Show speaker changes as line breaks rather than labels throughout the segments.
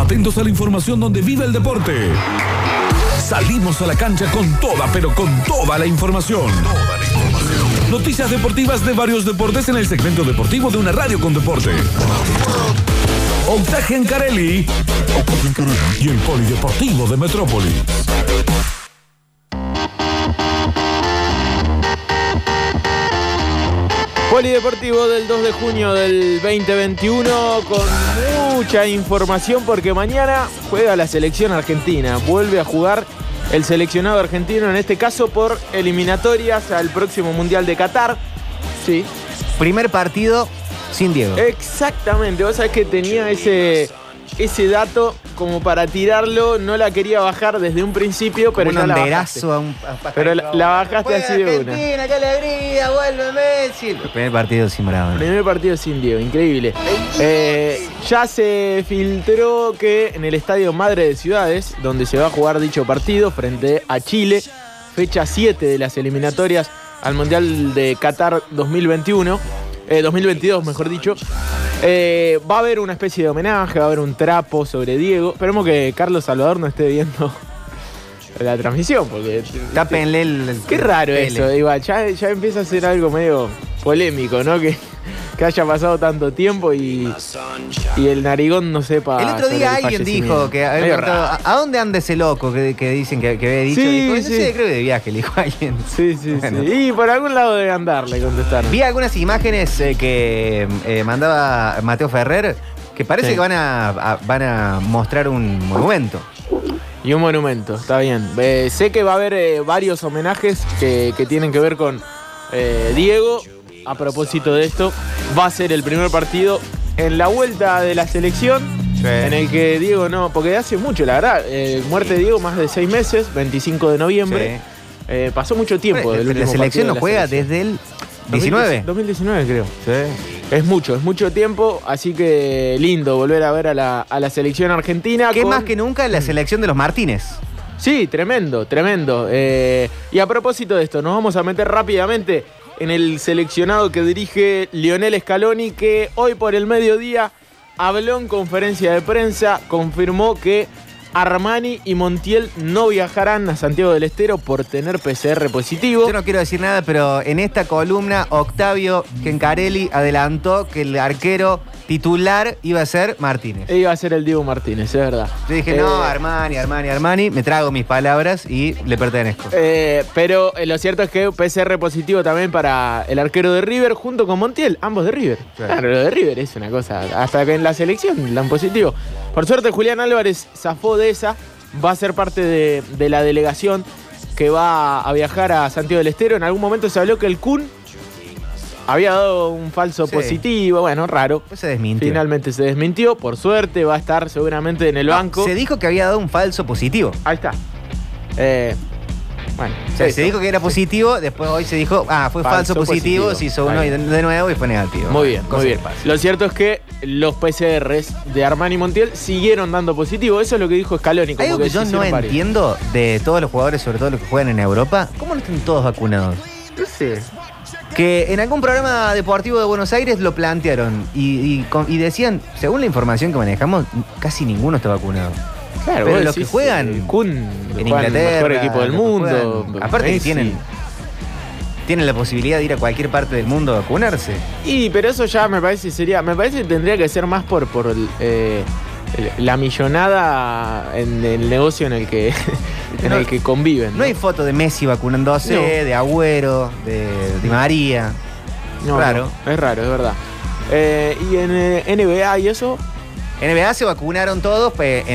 Atentos a la información donde vive el deporte. Salimos a la cancha con toda, pero con toda la información. Noticias deportivas de varios deportes en el segmento deportivo de una radio con deporte. Octagen Carelli y el Polideportivo de Metrópolis.
Polideportivo del 2 de junio del 2021 con mucha información porque mañana juega la selección argentina. Vuelve a jugar el seleccionado argentino, en este caso por eliminatorias al próximo Mundial de Qatar. Sí.
Primer partido sin Diego.
Exactamente, vos sabés que tenía ese dato como para tirarlo, no la quería bajar desde un principio, pero
como
ya
un
la
banderazo
bajaste. Pero la bajaste así de una.
Argentina, qué alegría, vuelve Messi. El primer partido sin Maradona.
Primer partido sin Diego, increíble. Ya se filtró que en el Estadio Madre de Ciudades, donde se va a jugar dicho partido frente a Chile, fecha 7 de las eliminatorias al Mundial de Qatar 2022, mejor dicho. Va a haber una especie de homenaje, va a haber un trapo sobre Diego. Esperemos que Carlos Salvador no esté viendo la transmisión, porque
tápenle el
qué raro eso, igual, ya empieza a ser algo medio polémico, ¿no? Que haya pasado tanto tiempo y el narigón no sepa.
El otro día alguien dijo que ¿a dónde anda ese loco que dicen que había dicho?
Sí,
dijo,
sí.
No sé, creo que de viaje, le dijo alguien.
Sí, bueno. Sí. Y por algún lado debe andar, le contestaron.
Vi algunas imágenes que mandaba Mateo Ferrer, que parece que van a mostrar un monumento.
Y un monumento, está bien. Sé que va a haber varios homenajes que tienen que ver con Diego. A propósito de esto, va a ser el primer partido en la vuelta de la selección, en el que Diego no, porque hace mucho, la verdad, muerte de Diego más de 6 meses, 25 de noviembre, pasó mucho tiempo.
Pero la selección no juega desde el 19.
2019 creo.
Sí.
Es mucho tiempo, así que lindo volver a ver a la selección argentina.
Que más que nunca la selección de los Martínez.
Sí, tremendo. Y a propósito de esto, nos vamos a meter rápidamente en el seleccionado que dirige Lionel Scaloni, que hoy por el mediodía habló en conferencia de prensa, confirmó que Armani y Montiel no viajarán a Santiago del Estero por tener PCR positivo.
Yo no quiero decir nada, pero en esta columna Octavio Gencarelli adelantó que el arquero titular iba a ser Martínez.
Iba a ser el Diego Martínez, es verdad.
Yo dije, no, Armani, me trago mis palabras y le pertenezco.
Pero lo cierto es que PCR positivo también para el arquero de River junto con Montiel, ambos de River. Sí. Claro, lo de River es una cosa, hasta que en la selección dan positivo. Por suerte Julián Álvarez zafó de esa, va a ser parte de la delegación que va a viajar a Santiago del Estero. En algún momento se habló que el Kun había dado un falso positivo, bueno, raro.
Pues se desmintió.
Finalmente se desmintió, por suerte va a estar seguramente en el banco.
Se dijo que había dado un falso positivo.
Ahí está. Bueno,
o sea, se dijo que era positivo, después hoy se dijo, fue falso positivo, se hizo uno de nuevo y fue negativo.
Muy bien. Lo cierto es que los PCRs de Armani y Montiel siguieron dando positivo, eso es lo que dijo Scaloni.
Como algo que yo no entiendo de todos los jugadores, sobre todo los que juegan en Europa, ¿cómo no están todos vacunados?
No sé.
Que en algún programa deportivo de Buenos Aires lo plantearon y decían, según la información que manejamos, casi ninguno está vacunado.
Claro,
pero los que juegan en Inglaterra,
el mejor equipo del mundo.
Aparte que tienen la posibilidad de ir a cualquier parte del mundo a vacunarse.
Pero eso ya me parece que tendría que ser más por la millonada en el negocio en el que conviven.
No hay foto de Messi vacunándose, de Agüero, de Di María.
Raro. No, es raro, es verdad. Y en NBA y eso.
NBA se vacunaron todos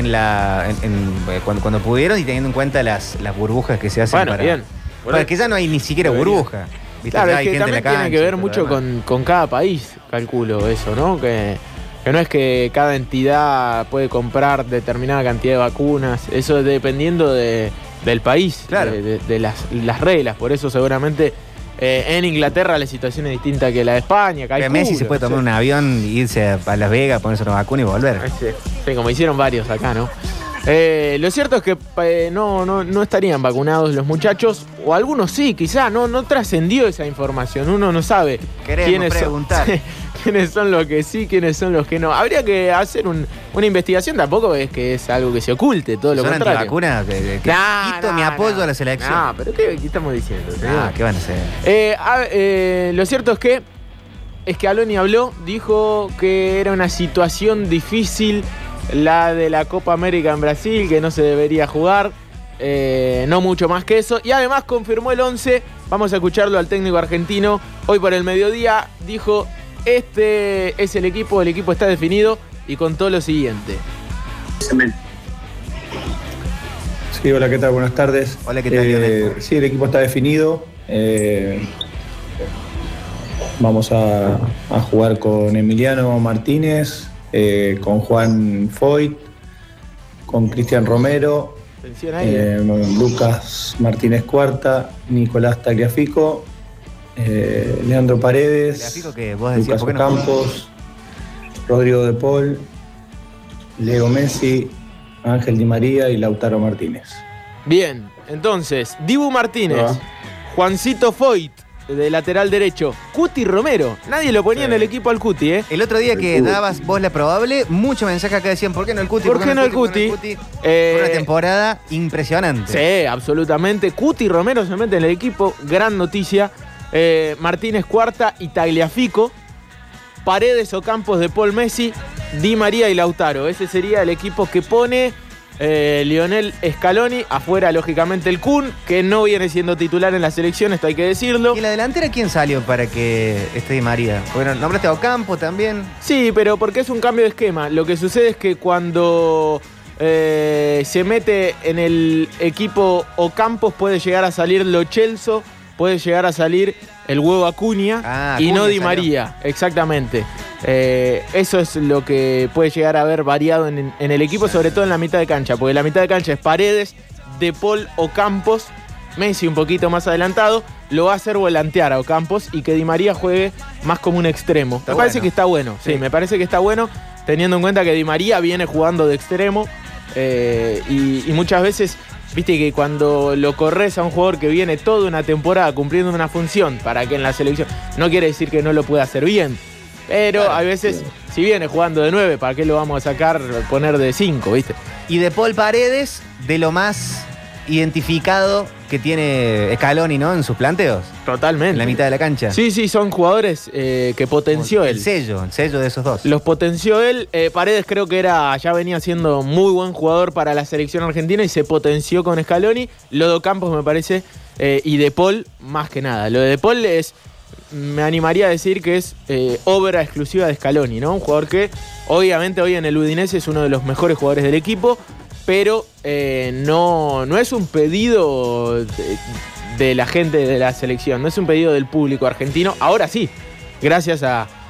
cuando pudieron y teniendo en cuenta las burbujas que se hacen.
Bueno, bien.
Bueno, que ya no hay ni siquiera burbuja.
Claro, es que también tiene que ver mucho con cada país, calculo eso, ¿no? Que no es que cada entidad puede comprar determinada cantidad de vacunas. Eso es dependiendo del país,
claro,
de las reglas. Por eso seguramente en Inglaterra la situación es distinta que la de España.
Que Messi se puede tomar un avión, irse a Las Vegas, ponerse una vacuna y volver.
Sí, como hicieron varios acá, ¿no? Lo cierto es que no estarían vacunados los muchachos, o algunos sí, quizá, no trascendió esa información, uno no sabe
quiénes preguntar.
quiénes son los que sí, quiénes son los que no. Habría que hacer una investigación, tampoco es que es algo que se oculte, todo lo contrario.
¿Antivacunas? Quito mi apoyo a la selección.
No, pero ¿qué estamos diciendo?
¿Qué van a hacer?
Lo cierto es que Scaloni habló, dijo que era una situación difícil la de la Copa América en Brasil, que no se debería jugar. No mucho más que eso. Y además confirmó el 11. Vamos a escucharlo al técnico argentino. Hoy por el mediodía dijo: este es el equipo está definido. Y contó lo siguiente.
Sí, hola, ¿qué tal? Buenas tardes.
Hola, ¿qué tal, Lionel?
Sí, el equipo está definido. Vamos a jugar con Emiliano Martínez, con Juan Foyt, con Cristian Romero, Lucas Martínez Cuarta, Nicolás Tagliafico, Leandro Paredes, Lucas Ocampos, Rodrigo de Paul, Leo Messi, Ángel Di María y Lautaro Martínez.
Bien, entonces, Dibu Martínez, Juancito Foyt de lateral derecho, Cuti Romero. Nadie lo ponía en el equipo al Cuti, ¿eh?
El otro día que dabas vos la probable, muchos mensajes acá decían: ¿por qué no el Cuti?
¿Por qué no el Cuti?
Una temporada impresionante.
Sí, absolutamente. Cuti Romero se mete en el equipo, gran noticia. Martínez Cuarta y Tagliafico, Paredes, Ocampos, de Paul, Messi, Di María y Lautaro. Ese sería el equipo que pone Lionel Scaloni. Afuera, lógicamente, el Kun, que no viene siendo titular en la selección, esto hay que decirlo.
¿Y en la delantera quién salió para que esté Di María? Bueno, nombraste a Ocampos también.
Sí, pero porque es un cambio de esquema. Lo que sucede es que cuando se mete en el equipo Ocampos puede llegar a salir Lo Celso, puede llegar a salir el huevo Acuña y no Di María. Exactamente. Eso es lo que puede llegar a haber variado en el equipo, sobre todo en la mitad de cancha, porque la mitad de cancha es Paredes, De Paul, Ocampos, Messi un poquito más adelantado, lo va a hacer volantear a Ocampos y que Di María juegue más como un extremo. Me parece que está bueno, sí, me parece que está bueno, teniendo en cuenta que Di María viene jugando de extremo y muchas veces, viste que cuando lo corres a un jugador que viene toda una temporada cumpliendo una función para que en la selección, no quiere decir que no lo pueda hacer bien, pero hay veces, si viene jugando de 9, ¿para qué lo vamos a sacar, poner de 5, viste?
Y de Paul Paredes, de lo más identificado que tiene Scaloni, ¿no? En sus planteos.
Totalmente.
En la mitad de la cancha.
Sí, son jugadores que potenció él.
El sello de esos dos.
Los potenció él. Paredes creo que ya venía siendo muy buen jugador para la selección argentina y se potenció con Scaloni. Lo de Ocampos me parece, y De Paul más que nada. Lo de Paul me animaría a decir que es obra exclusiva de Scaloni, ¿no? Un jugador que obviamente hoy en el Udinese es uno de los mejores jugadores del equipo, pero no es un pedido de la gente de la selección, no es un pedido del público argentino. Ahora sí, gracias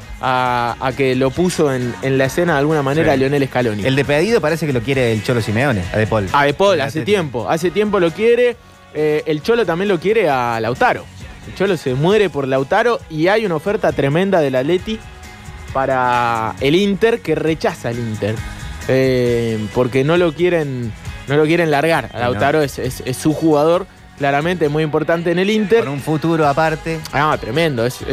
a que lo puso en la escena de alguna manera Lionel Scaloni.
El de pedido parece que lo quiere el Cholo Simeone, a De Paul.
A De Paul, hace tiempo lo quiere. El Cholo también lo quiere a Lautaro. El Cholo se muere por Lautaro y hay una oferta tremenda del Atleti para el Inter que rechaza el Inter. Porque no lo quieren largar. Lautaro es su jugador, claramente muy importante en el Inter.
Con un futuro aparte.
Tremendo. Es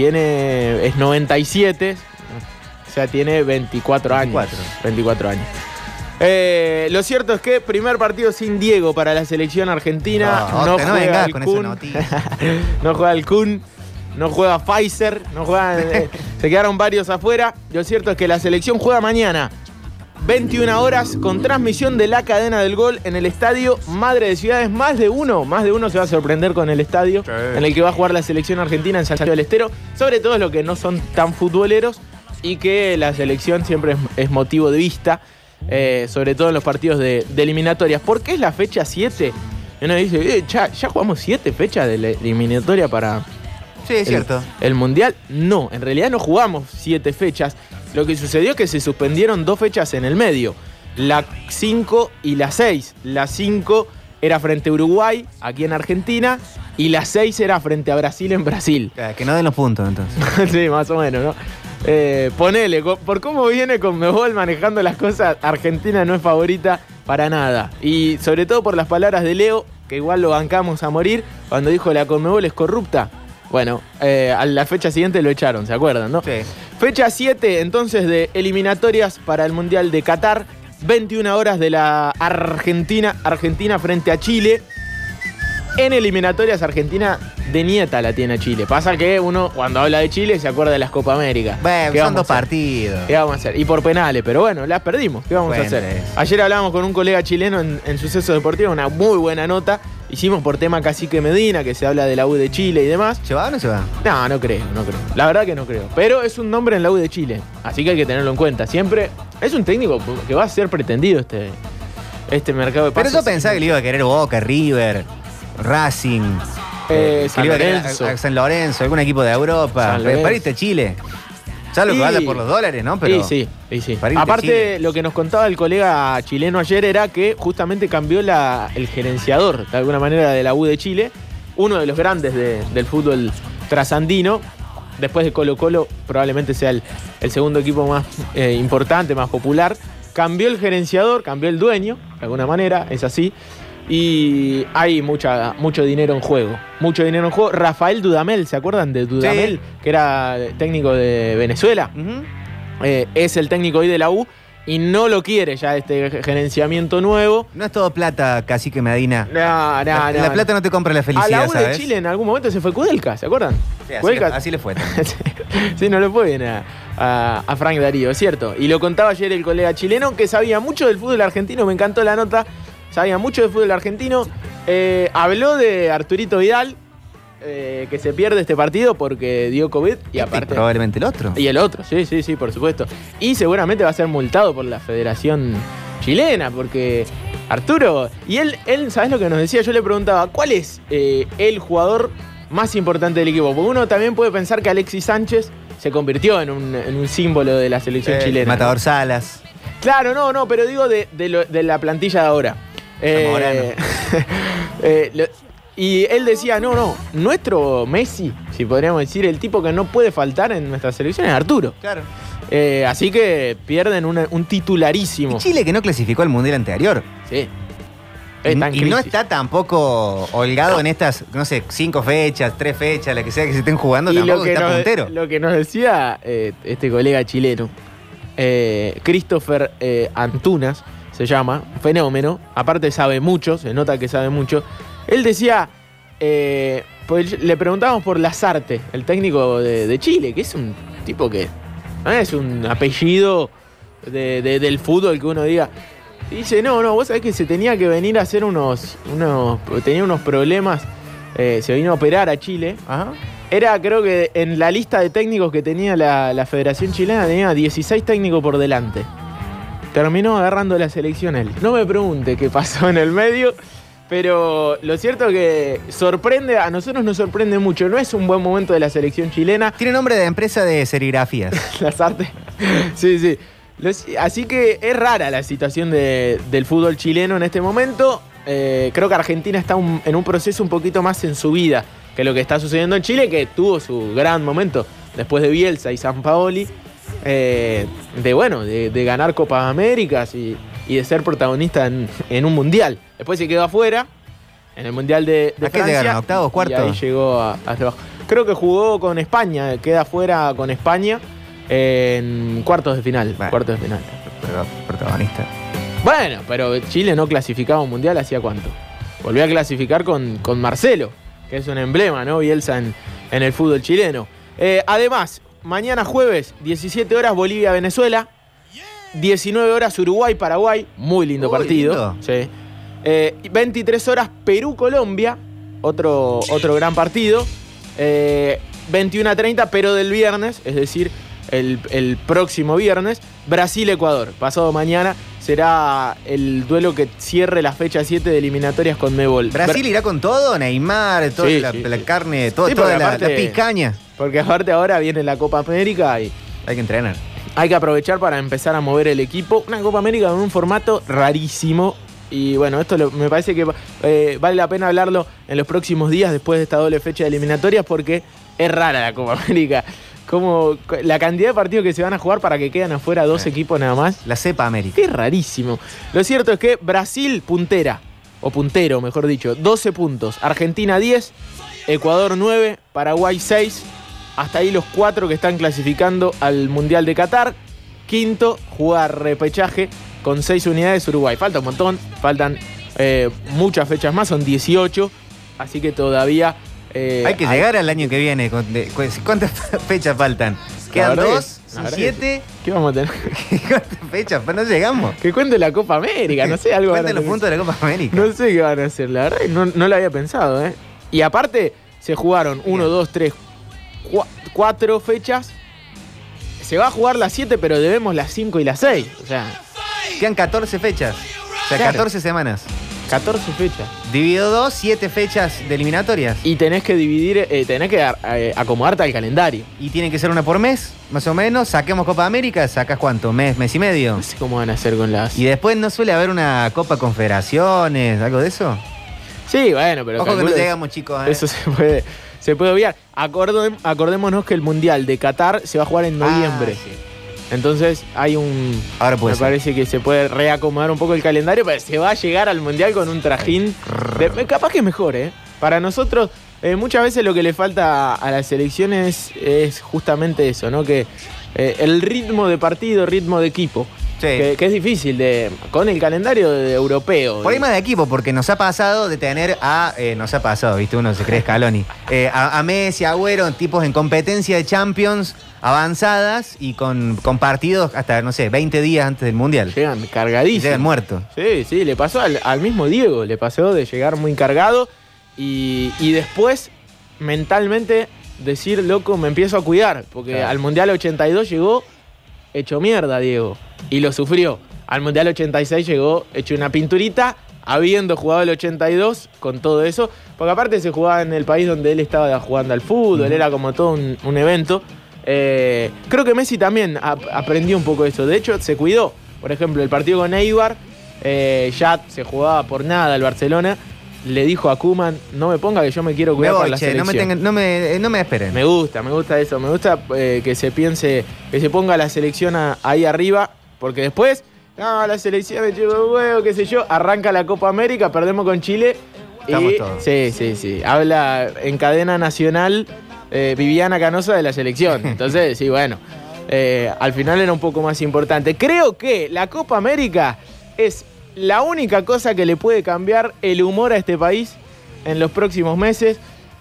97, o sea, tiene 24 años. 24 años. Lo cierto es que primer partido sin Diego para la selección argentina. No juega el Kun. No juega el Kun. No juega Pfizer. Se quedaron varios afuera. Lo cierto es que la selección juega mañana, 21 horas, con transmisión de la cadena del gol en el estadio Madre de Ciudades. Más de uno se va a sorprender con el estadio en el que va a jugar la selección argentina en Santiago del Estero. Sobre todo los que no son tan futboleros y que la selección siempre es motivo de vista. Sobre todo en los partidos de eliminatorias. ¿Por qué es la fecha 7? Y uno dice, ya jugamos 7 fechas de la eliminatoria para
es cierto.
El Mundial. No, en realidad no jugamos 7 fechas. Lo que sucedió es que se suspendieron 2 fechas en el medio, la 5 y la 6. La 5 era frente a Uruguay, aquí en Argentina, y la 6 era frente a Brasil en Brasil.
Que no den los puntos, entonces.
Sí, más o menos, ¿no? Ponele, por cómo viene Conmebol manejando las cosas, Argentina no es favorita para nada. Y sobre todo por las palabras de Leo, que igual lo bancamos a morir, cuando dijo la Conmebol es corrupta. Bueno, a la fecha siguiente lo echaron, ¿se acuerdan, no?
Sí.
Fecha 7, entonces, de eliminatorias para el Mundial de Qatar. 21 horas de la Argentina frente a Chile. En eliminatorias, Argentina de nieta la tiene a Chile. Pasa que uno, cuando habla de Chile, se acuerda de las Copa América.
Bueno, son 2 partidos.
¿Qué vamos a hacer? Y por penales, pero bueno, las perdimos. ¿Qué vamos a hacer? Ayer hablábamos con un colega chileno en Sucesos Deportivos, una muy buena nota. Hicimos por tema Cacique Medina, que se habla de la U de Chile y demás.
¿Se va o no se va?
No creo. La verdad que no creo. Pero es un nombre en la U de Chile, así que hay que tenerlo en cuenta. Siempre es un técnico que va a ser pretendido este mercado de pases.
Pero yo pensaba que le iba a querer Boca, River, Racing, San Lorenzo, algún equipo de Europa. Para irte a Chile. Ya lo que vale por los dólares, ¿no? Pero
sí. Aparte, lo que nos contaba el colega chileno ayer era que justamente cambió el gerenciador, de alguna manera, de la U de Chile. Uno de los grandes del fútbol trasandino. Después de Colo-Colo, probablemente sea el segundo equipo más importante, más popular. Cambió el gerenciador, cambió el dueño, de alguna manera, es así. Y hay mucho dinero en juego. Rafael Dudamel, ¿se acuerdan de Dudamel? Sí. Que era técnico de Venezuela. Uh-huh. Es el técnico hoy de la U y no lo quiere ya este gerenciamiento nuevo.
No es todo plata, Cacique Medina.
No.
La plata no te compra la felicidad,
a la U de Chile en algún momento se fue Kudelka, ¿se acuerdan?
Sí, así le fue.
Sí, no le fue bien a Frank Darío, es cierto. Y lo contaba ayer el colega chileno que sabía mucho del fútbol argentino, me encantó la nota. Sabía mucho de fútbol argentino. Habló de Arturito Vidal, que se pierde este partido porque dio COVID. Y aparte,
probablemente el otro.
Y el otro, sí, por supuesto. Y seguramente va a ser multado por la Federación Chilena, porque Arturo... Y él, ¿sabés lo que nos decía? Yo le preguntaba, ¿cuál es el jugador más importante del equipo? Porque uno también puede pensar que Alexis Sánchez se convirtió en un símbolo de la selección chilena.
Matador, ¿no? Salas.
Claro, no, pero digo de la plantilla de ahora. Y él decía, no, nuestro Messi, si podríamos decir, el tipo que no puede faltar en nuestra selección es Arturo.
Claro.
Así que pierden un titularísimo.
Y Chile que no clasificó al Mundial anterior.
Sí.
Y no está tampoco holgado en estas, 5 fechas, 3 fechas, la que sea que se estén jugando, y tampoco está puntero.
Lo que nos decía este colega chileno, Christopher Antunas, se llama, fenómeno, aparte sabe mucho, se nota que sabe mucho. Él decía, pues le preguntábamos por Lasarte, el técnico de Chile, que es un tipo que es un apellido del fútbol que uno diga. Y dice, no, vos sabés que se tenía que venir a hacer tenía unos problemas, se vino a operar a Chile. Ajá. Creo que en la lista de técnicos que tenía la Federación Chilena tenía 16 técnicos por delante. Terminó agarrando la selección él. No me pregunte qué pasó en el medio, pero lo cierto es que sorprende, a nosotros nos sorprende mucho. No es un buen momento de la selección chilena.
Tiene nombre de empresa de serigrafías.
Lasarte. Sí. Así que es rara la situación del fútbol chileno en este momento. Creo que Argentina está en un proceso un poquito más en su vida que lo que está sucediendo en Chile, que tuvo su gran momento después de Bielsa y Sampaoli. De ganar Copas Américas y de ser protagonista en un mundial. Después se quedó afuera en el mundial de Francia.
Llegaron, octavos, cuartos.
Y ahí llegó hasta abajo. Creo que jugó con España, queda afuera con España en cuartos de final.
Bueno,
cuartos de final.
Pero protagonista.
Bueno, pero Chile no clasificaba a un mundial ¿hacía cuánto? Volvió a clasificar con Marcelo, que es un emblema, ¿no? Bielsa en el fútbol chileno. Además, mañana jueves, 17 horas, Bolivia-Venezuela. 19 horas, Uruguay-Paraguay. Muy lindo partido.
Lindo.
Sí. 23 horas, Perú-Colombia. Otro gran partido. 21:30, pero del viernes, es decir, el próximo viernes, Brasil-Ecuador. Pasado mañana será el duelo que cierre la fecha 7 de eliminatorias con Mebol.
¿Brasil irá con todo? Neymar, toda la carne, toda la picaña.
Porque aparte ahora viene la Copa América y
hay que entrenar.
Hay que aprovechar para empezar a mover el equipo. Una Copa América con un formato rarísimo. Y bueno, esto me parece que vale la pena hablarlo en los próximos días después de esta doble fecha de eliminatorias, porque es rara la Copa América. Como la cantidad de partidos que se van a jugar para que quedan afuera 2 equipos nada más.
La Cepa América.
Es rarísimo. Lo cierto es que Brasil puntero, mejor dicho, 12 puntos. Argentina 10, Ecuador 9, Paraguay 6. hasta ahí los 4 que están clasificando al Mundial de Qatar. Quinto, jugar repechaje con 6 unidades Uruguay. Falta un montón, faltan muchas fechas más, son 18, así que todavía...
hay que llegar al año que viene. ¿Cuántas fechas faltan? ¿Quedan 2? ¿7?
¿Qué vamos a tener?
¿Cuántas fechas? Pues no llegamos.
Que cuente la Copa América, no sé, algo.
Cuenten los puntos de la Copa América.
No sé qué van a hacer, la verdad, no lo había pensado, ¿eh? Y aparte, se jugaron 1, 2, 3, 4 fechas. Se va a jugar las 7, pero debemos las 5 y las 6. O sea,
quedan 14 fechas. O sea, claro. 14 semanas.
14 fechas.
Dividido 2, 7 fechas de eliminatorias.
Y tenés que dividir, tenés que acomodarte al calendario.
Y tiene que ser una por mes, más o menos. Saquemos Copa América, ¿sacás cuánto? ¿Mes y medio?
No sé cómo van a hacer con las...
Y después no suele haber una Copa Confederaciones, ¿algo de eso?
Sí, bueno, pero...
Ojo que no llegamos, chicos.
Eso se puede obviar. Acordémonos que el Mundial de Qatar se va a jugar en noviembre.
Sí.
Entonces hay un...
Ahora puede ser.
Parece que se puede reacomodar un poco el calendario, pero se va a llegar al Mundial con un trajín. Capaz que es mejor, ¿eh? Para nosotros, muchas veces lo que le falta a las selecciones es justamente eso, ¿no? Que el ritmo de partido, ritmo de equipo. Sí. Que es difícil con el calendario europeo.
Por ahí más de equipo, porque nos ha pasado de tener nos ha pasado, ¿viste? Uno se cree Scaloni. A Messi, Agüero, tipos en competencia de Champions avanzadas y con partidos hasta, no sé, 20 días antes del Mundial.
Llegan cargadísimos.
Llegan muertos.
Sí, le pasó al mismo Diego, le pasó de llegar muy cargado y después mentalmente decir, loco, me empiezo a cuidar, porque claro, al Mundial 82 llegó hecho mierda Diego, y lo sufrió. Al Mundial 86 llegó hecho una pinturita, habiendo jugado el 82 con todo eso, porque aparte se jugaba en el país donde él estaba jugando al fútbol, era como todo un evento. Creo que Messi también aprendió un poco eso, de hecho se cuidó. Por ejemplo, el partido con Eibar, ya se jugaba por nada el Barcelona, le dijo a Koeman, no me ponga que yo me quiero cuidar para la selección.
No me esperen.
Me gusta eso, me gusta que se piense, que se ponga la selección ahí arriba, porque después, no, la selección me llevo huevo, qué sé yo, arranca la Copa América, perdemos con Chile.
Estamos todos.
Sí. Habla en cadena nacional Viviana Canosa de la selección. Entonces, sí, bueno, al final era un poco más importante. Creo que la Copa América es la única cosa que le puede cambiar el humor a este país en los próximos meses.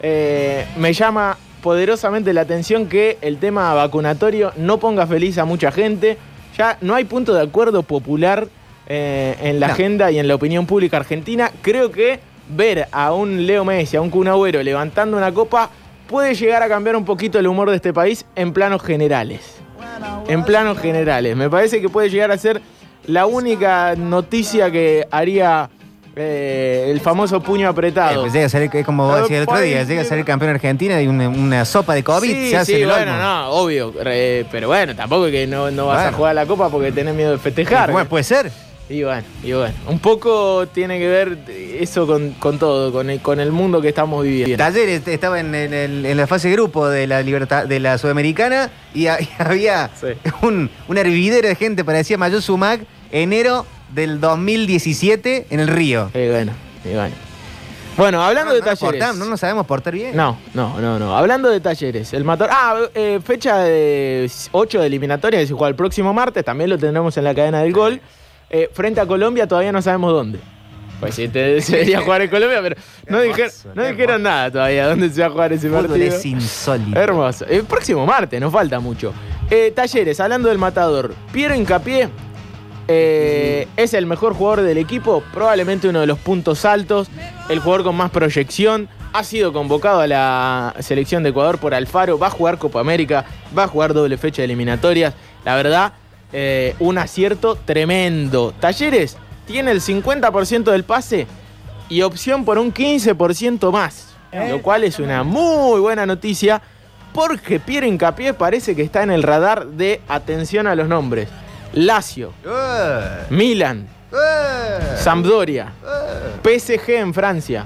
Me llama poderosamente la atención que el tema vacunatorio no ponga feliz a mucha gente. Ya no hay punto de acuerdo popular en la agenda y en la opinión pública argentina. Creo que ver a un Leo Messi, a un Kun Agüero levantando una copa puede llegar a cambiar un poquito el humor de este país en planos generales. En planos generales. Me parece que puede llegar a ser la única noticia que haría el famoso puño apretado.
Llega a ser, como decía el otro día, llega a ser campeón de Argentina y una sopa de COVID.
Sí,
se hace
bueno, no, obvio. Pero bueno, tampoco es que no vas a jugar la copa porque tenés miedo de festejar.
Bueno, puede ser.
Y bueno. Un poco tiene que ver eso con todo, con el mundo que estamos viviendo.
Ayer estaba en la fase grupo de la Sudamericana y había un hervidero de gente, parecía Mayo Sumac, enero del 2017 en el Río.
Y bueno. Bueno, hablando de Talleres.
¿No nos sabemos portar bien?
No. Hablando de Talleres, el Matador. Fecha de 8 de eliminatoria que se juega el próximo martes, también lo tendremos en la cadena del gol. Frente a Colombia todavía no sabemos dónde. Pues sí, se debería jugar en Colombia, pero no dijeron nada todavía dónde se va a jugar ese partido.
Es insólito.
Hermoso. El próximo martes, nos falta mucho. Talleres, hablando del Matador. Piero Hincapié es el mejor jugador del equipo, probablemente uno de los puntos altos, el jugador con más proyección. Ha sido convocado a la selección de Ecuador por Alfaro, va a jugar Copa América, va a jugar doble fecha de eliminatorias. La verdad, un acierto tremendo. Talleres tiene el 50% del pase y opción por un 15% más, lo cual es una muy buena noticia porque Piero Hincapié parece que está en el radar de atención a los nombres. Lazio, Milan, Sampdoria, PSG en Francia,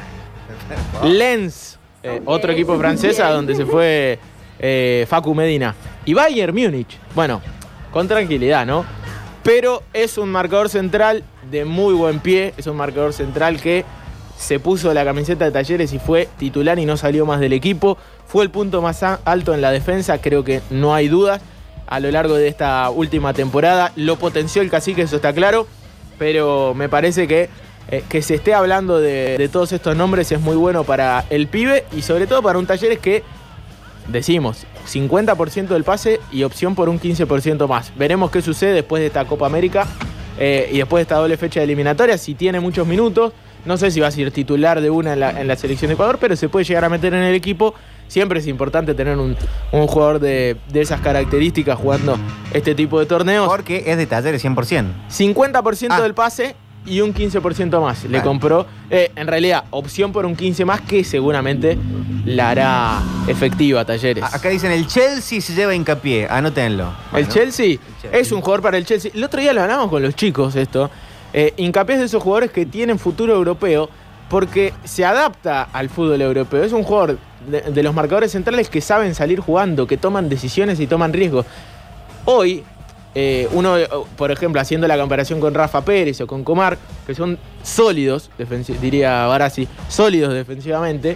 Lens, otro equipo francés a donde se fue Facu Medina, y Bayern Múnich. Bueno, con tranquilidad, ¿no? Pero es un marcador central de muy buen pie, es un marcador central que se puso la camiseta de Talleres y fue titular y no salió más del equipo. Fue el punto más alto en la defensa, creo que no hay dudas. A lo largo de esta última temporada lo potenció el Cacique, eso está claro, pero me parece que se esté hablando de todos estos nombres es muy bueno para el pibe y sobre todo para un Talleres que, decimos, 50% del pase y opción por un 15% más. Veremos qué sucede después de esta Copa América y después de esta doble fecha de eliminatoria, si tiene muchos minutos. No sé si va a ser titular de una en la selección de Ecuador, pero se puede llegar a meter en el equipo. Siempre es importante tener un jugador de esas características jugando este tipo de torneos.
Porque es de Talleres 100%.
50% del pase y un 15% más. Le compró, en realidad, opción por un 15 más que seguramente la hará efectiva Talleres.
Acá dicen, el Chelsea se lleva Hincapié. Anótenlo.
Bueno, ¿El Chelsea? Es un jugador para el Chelsea. El otro día lo hablamos con los chicos esto. Hincapié es de esos jugadores que tienen futuro europeo porque se adapta al fútbol europeo. Es un jugador de los marcadores centrales que saben salir jugando, que toman decisiones y toman riesgos. Hoy, uno, por ejemplo, haciendo la comparación con Rafa Pérez o con Comar, que son sólidos, diría Barassi, sólidos defensivamente,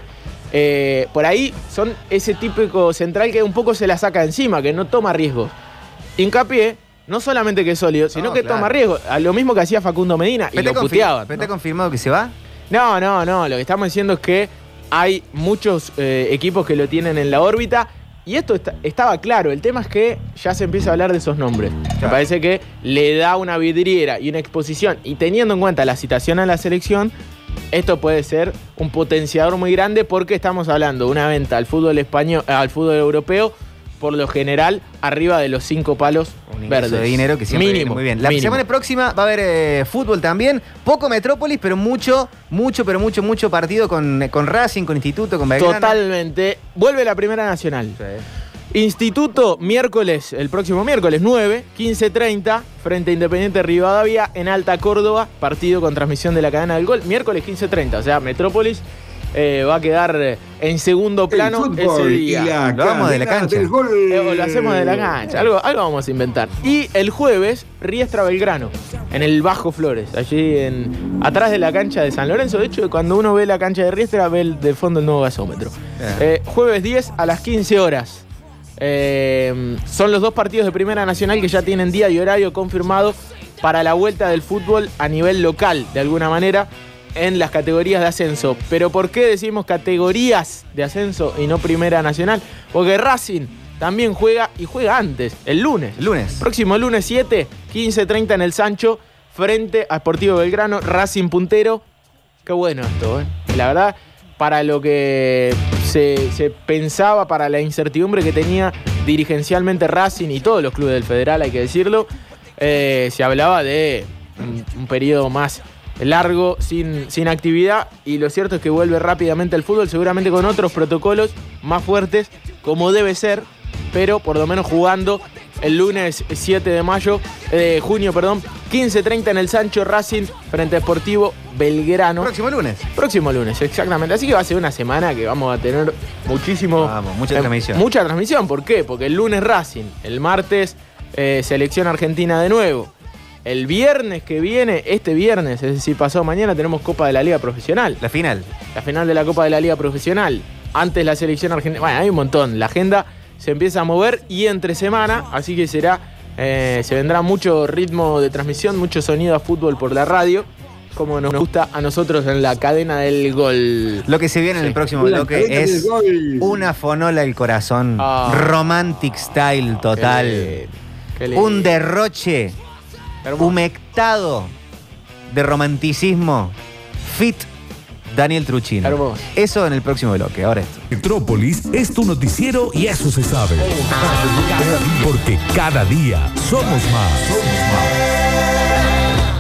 por ahí son ese típico central que un poco se la saca encima, que no toma riesgos. Hincapié, no solamente que es sólido, sino que toma riesgos. A lo mismo que hacía Facundo Medina, y lo puteaban.
¿Pero está confirmado que se va?
No. Lo que estamos diciendo es que hay muchos equipos que lo tienen en la órbita. Y esto estaba claro. El tema es que ya se empieza a hablar de esos nombres. Claro. Me parece que le da una vidriera y una exposición. Y teniendo en cuenta la citación a la selección, esto puede ser un potenciador muy grande porque estamos hablando de una venta al fútbol español, al fútbol europeo, por lo general, arriba de los 5 palos verdes.
De dinero que siempre
mínimo,
muy bien. La semana próxima va a haber fútbol también. Poco Metrópolis, pero mucho partido con Racing, con Instituto, con Belgrano.
Totalmente. Vuelve la Primera Nacional. Sí. Instituto, el próximo miércoles 9, 15:30, frente a Independiente Rivadavia en Alta Córdoba. Partido con transmisión de la cadena del gol. Miércoles 15:30. O sea, Metrópolis va a quedar en segundo plano ese día.
Lo vamos de la cancha.
Lo hacemos de la cancha. Algo vamos a inventar. Y el jueves, Riestra Belgrano, en el Bajo Flores, allí atrás de la cancha de San Lorenzo. De hecho, cuando uno ve la cancha de Riestra, ve de fondo el nuevo gasómetro. Jueves 10 a las 15 horas. Son los 2 partidos de Primera Nacional que ya tienen día y horario confirmado para la vuelta del fútbol a nivel local, de alguna manera, en las categorías de ascenso. ¿Pero por qué decimos categorías de ascenso y no Primera Nacional? Porque Racing también juega, y juega antes, el lunes. Próximo lunes 7, 15:30 en el Sancho, frente a Sportivo Belgrano, Racing puntero. Qué bueno esto, La verdad, para lo que se pensaba, para la incertidumbre que tenía dirigencialmente Racing y todos los clubes del Federal, hay que decirlo, se hablaba de un periodo más largo, sin actividad, y lo cierto es que vuelve rápidamente al fútbol, seguramente con otros protocolos más fuertes, como debe ser, pero por lo menos jugando el lunes 7 de junio, 15:30 en el Sancho, Racing frente a Sportivo Belgrano. Próximo lunes, exactamente. Así que va a ser una semana que vamos a tener
mucha transmisión.
Mucha transmisión, ¿por qué? Porque el lunes Racing, el martes Selección Argentina de nuevo. El viernes que viene, este viernes, es decir, pasado mañana, tenemos Copa de la Liga Profesional.
La final
de la Copa de la Liga Profesional. Antes la Selección Argentina. Bueno, hay un montón. La agenda se empieza a mover y entre semana, así que se vendrá mucho ritmo de transmisión, mucho sonido a fútbol por la radio, como nos gusta a nosotros en la cadena del gol.
Lo que se viene en el próximo bloque es una fonola al corazón. Romantic style total. Un derroche humectado de romanticismo. Fit Daniel Truchino.
Hermoso.
Eso en el próximo bloque. Ahora esto.
Metrópolis es tu noticiero y eso se sabe. Porque cada día somos más.